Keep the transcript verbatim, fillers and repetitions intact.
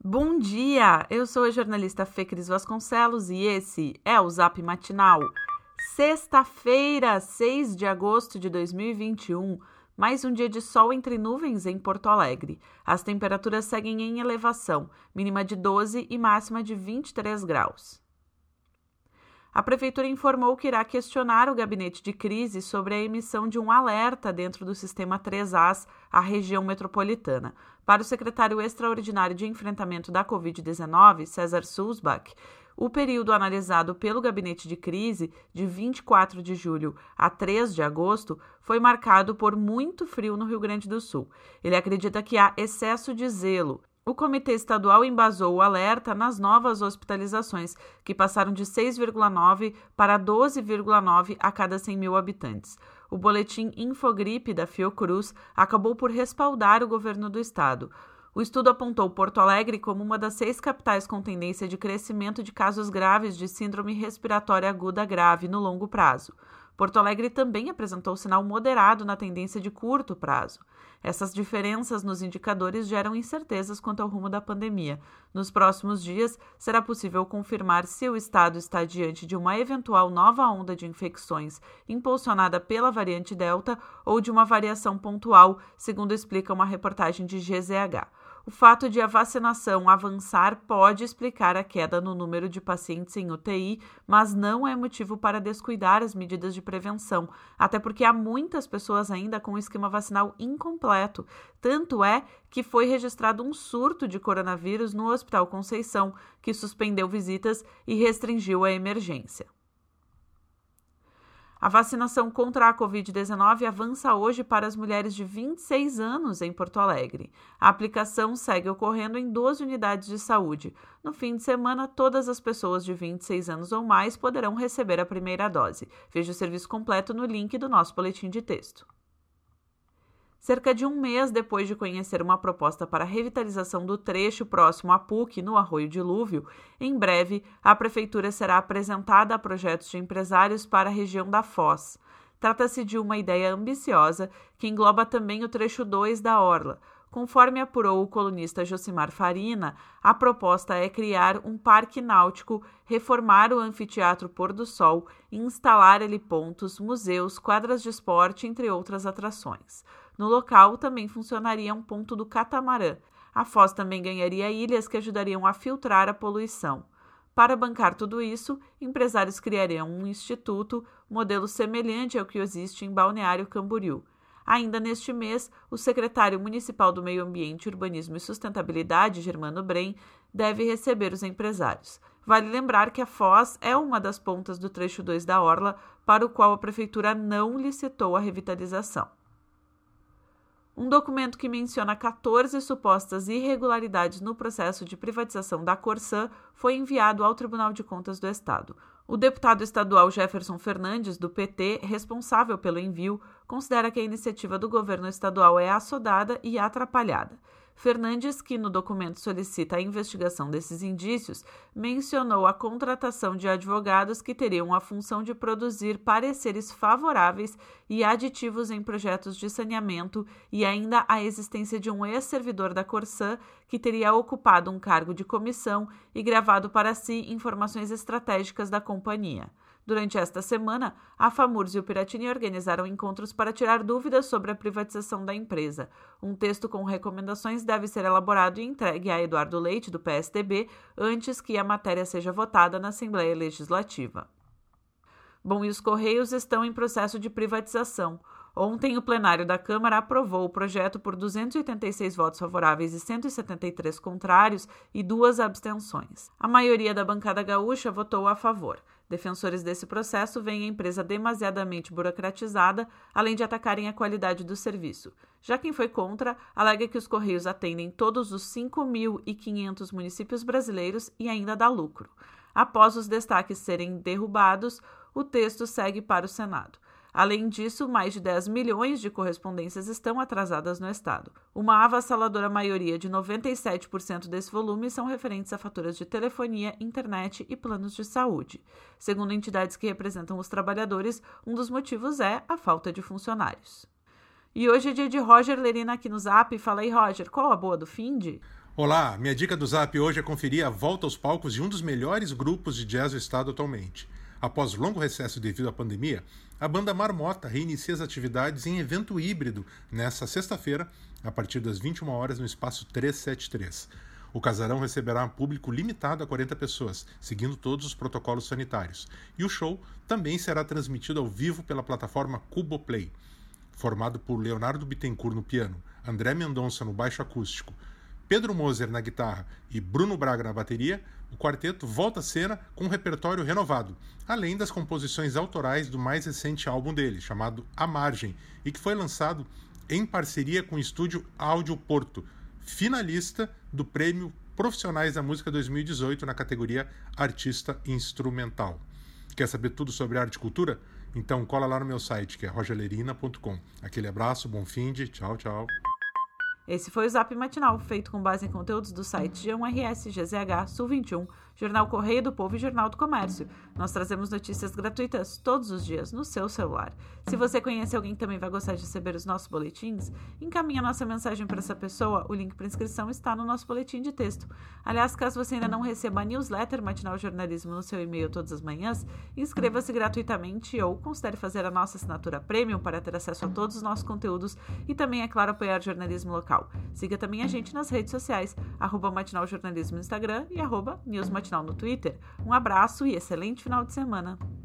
Bom dia! Eu sou a jornalista Fê Cris Vasconcelos e esse é o Zap Matinal. Sexta-feira, seis de agosto de dois mil e vinte e um, mais um dia de sol entre nuvens em Porto Alegre. As temperaturas seguem em elevação, mínima de doze e máxima de vinte e três graus. A Prefeitura informou que irá questionar o gabinete de crise sobre a emissão de um alerta dentro do sistema três As à região metropolitana. Para o secretário extraordinário de enfrentamento da covid dezenove, César Sulzbach, o período analisado pelo gabinete de crise, de vinte e quatro de julho a três de agosto, foi marcado por muito frio no Rio Grande do Sul. Ele acredita que há excesso de zelo. O Comitê Estadual embasou o alerta nas novas hospitalizações, que passaram de seis vírgula nove para doze vírgula nove a cada cem mil habitantes. O boletim Infogripe da Fiocruz acabou por respaldar o governo do estado. O estudo apontou Porto Alegre como uma das seis capitais com tendência de crescimento de casos graves de síndrome respiratória aguda grave no longo prazo. Porto Alegre também apresentou sinal moderado na tendência de curto prazo. Essas diferenças nos indicadores geram incertezas quanto ao rumo da pandemia. Nos próximos dias, será possível confirmar se o estado está diante de uma eventual nova onda de infecções impulsionada pela variante Delta ou de uma variação pontual, segundo explica uma reportagem de G Z H. O fato de a vacinação avançar pode explicar a queda no número de pacientes em U T I, mas não é motivo para descuidar as medidas de prevenção, até porque há muitas pessoas ainda com o esquema vacinal incompleto. Tanto é que foi registrado um surto de coronavírus no Hospital Conceição, que suspendeu visitas e restringiu a emergência. A vacinação contra a covid dezenove avança hoje para as mulheres de vinte e seis anos em Porto Alegre. A aplicação segue ocorrendo em doze unidades de saúde. No fim de semana, todas as pessoas de vinte e seis anos ou mais poderão receber a primeira dose. Veja o serviço completo no link do nosso boletim de texto. Cerca de um mês depois de conhecer uma proposta para a revitalização do trecho próximo à P U C, no Arroio Dilúvio, em breve a Prefeitura será apresentada a projetos de empresários para a região da Foz. Trata-se de uma ideia ambiciosa que engloba também o trecho dois da Orla. Conforme apurou o colunista Josimar Farina, a proposta é criar um parque náutico, reformar o anfiteatro Pôr do Sol e instalar ali pontos, museus, quadras de esporte, entre outras atrações. No local também funcionaria um ponto do catamarã. A Foz também ganharia ilhas que ajudariam a filtrar a poluição. Para bancar tudo isso, empresários criariam um instituto, modelo semelhante ao que existe em Balneário Camboriú. Ainda neste mês, o secretário municipal do Meio Ambiente, Urbanismo e Sustentabilidade, Germano Brem, deve receber os empresários. Vale lembrar que a Foz é uma das pontas do trecho dois da Orla, para o qual a Prefeitura não licitou a revitalização. Um documento que menciona quatorze supostas irregularidades no processo de privatização da Corsã foi enviado ao Tribunal de Contas do Estado. O deputado estadual Jefferson Fernandes, do P T, responsável pelo envio, considera que a iniciativa do governo estadual é assodada e atrapalhada. Fernandes, que no documento solicita a investigação desses indícios, mencionou a contratação de advogados que teriam a função de produzir pareceres favoráveis e aditivos em projetos de saneamento e ainda a existência de um ex-servidor da Corsã que teria ocupado um cargo de comissão e gravado para si informações estratégicas da companhia. Durante esta semana, a FAMURS e o Piratini organizaram encontros para tirar dúvidas sobre a privatização da empresa. Um texto com recomendações deve ser elaborado e entregue a Eduardo Leite, do P S D B, antes que a matéria seja votada na Assembleia Legislativa. Bom, e os Correios estão em processo de privatização. Ontem, o plenário da Câmara aprovou o projeto por duzentos e oitenta e seis votos favoráveis e cento e setenta e três contrários e duas abstenções. A maioria da bancada gaúcha votou a favor. Defensores desse processo veem a empresa demasiadamente burocratizada, além de atacarem a qualidade do serviço. Já quem foi contra, alega que os Correios atendem todos os cinco mil e quinhentos municípios brasileiros e ainda dá lucro. Após os destaques serem derrubados, o texto segue para o Senado. Além disso, mais de dez milhões de correspondências estão atrasadas no estado. Uma avassaladora maioria de noventa e sete por cento desse volume são referentes a faturas de telefonia, internet e planos de saúde. Segundo entidades que representam os trabalhadores, um dos motivos é a falta de funcionários. E hoje é dia de Roger Lerina aqui no Zap. Fala aí, Roger, qual a boa do finde? Olá, minha dica do Zap hoje é conferir a volta aos palcos de um dos melhores grupos de jazz do estado atualmente. Após longo recesso devido à pandemia, a banda Marmota reinicia as atividades em evento híbrido nesta sexta-feira, a partir das vinte e uma horas no Espaço trezentos e setenta e três. O casarão receberá um público limitado a quarenta pessoas, seguindo todos os protocolos sanitários. E o show também será transmitido ao vivo pela plataforma Cuboplay. Formado por Leonardo Bittencourt no piano, André Mendonça no baixo acústico, Pedro Moser na guitarra e Bruno Braga na bateria, o quarteto volta à cena com um repertório renovado, além das composições autorais do mais recente álbum dele, chamado A Margem, e que foi lançado em parceria com o estúdio Áudio Porto, finalista do Prêmio Profissionais da Música dois mil e dezoito na categoria Artista Instrumental. Quer saber tudo sobre arte e cultura? Então cola lá no meu site, que é rogelerina ponto com. Aquele abraço, bom fim de, tchau, tchau. Esse foi o Zap Matinal, feito com base em conteúdos do site G um R S, G Z H, Sul vinte e um, Jornal Correio do Povo e Jornal do Comércio. Nós trazemos notícias gratuitas todos os dias no seu celular. Se você conhece alguém que também vai gostar de receber os nossos boletins, encaminhe a nossa mensagem para essa pessoa. O link para inscrição está no nosso boletim de texto. Aliás, caso você ainda não receba a newsletter Matinal Jornalismo no seu e-mail todas as manhãs, inscreva-se gratuitamente ou considere fazer a nossa assinatura Premium para ter acesso a todos os nossos conteúdos e também, é claro, apoiar o jornalismo local. Siga também a gente nas redes sociais, arroba Matinal Jornalismo no Instagram e arroba News Matinal no Twitter. Um abraço e excelente final de semana.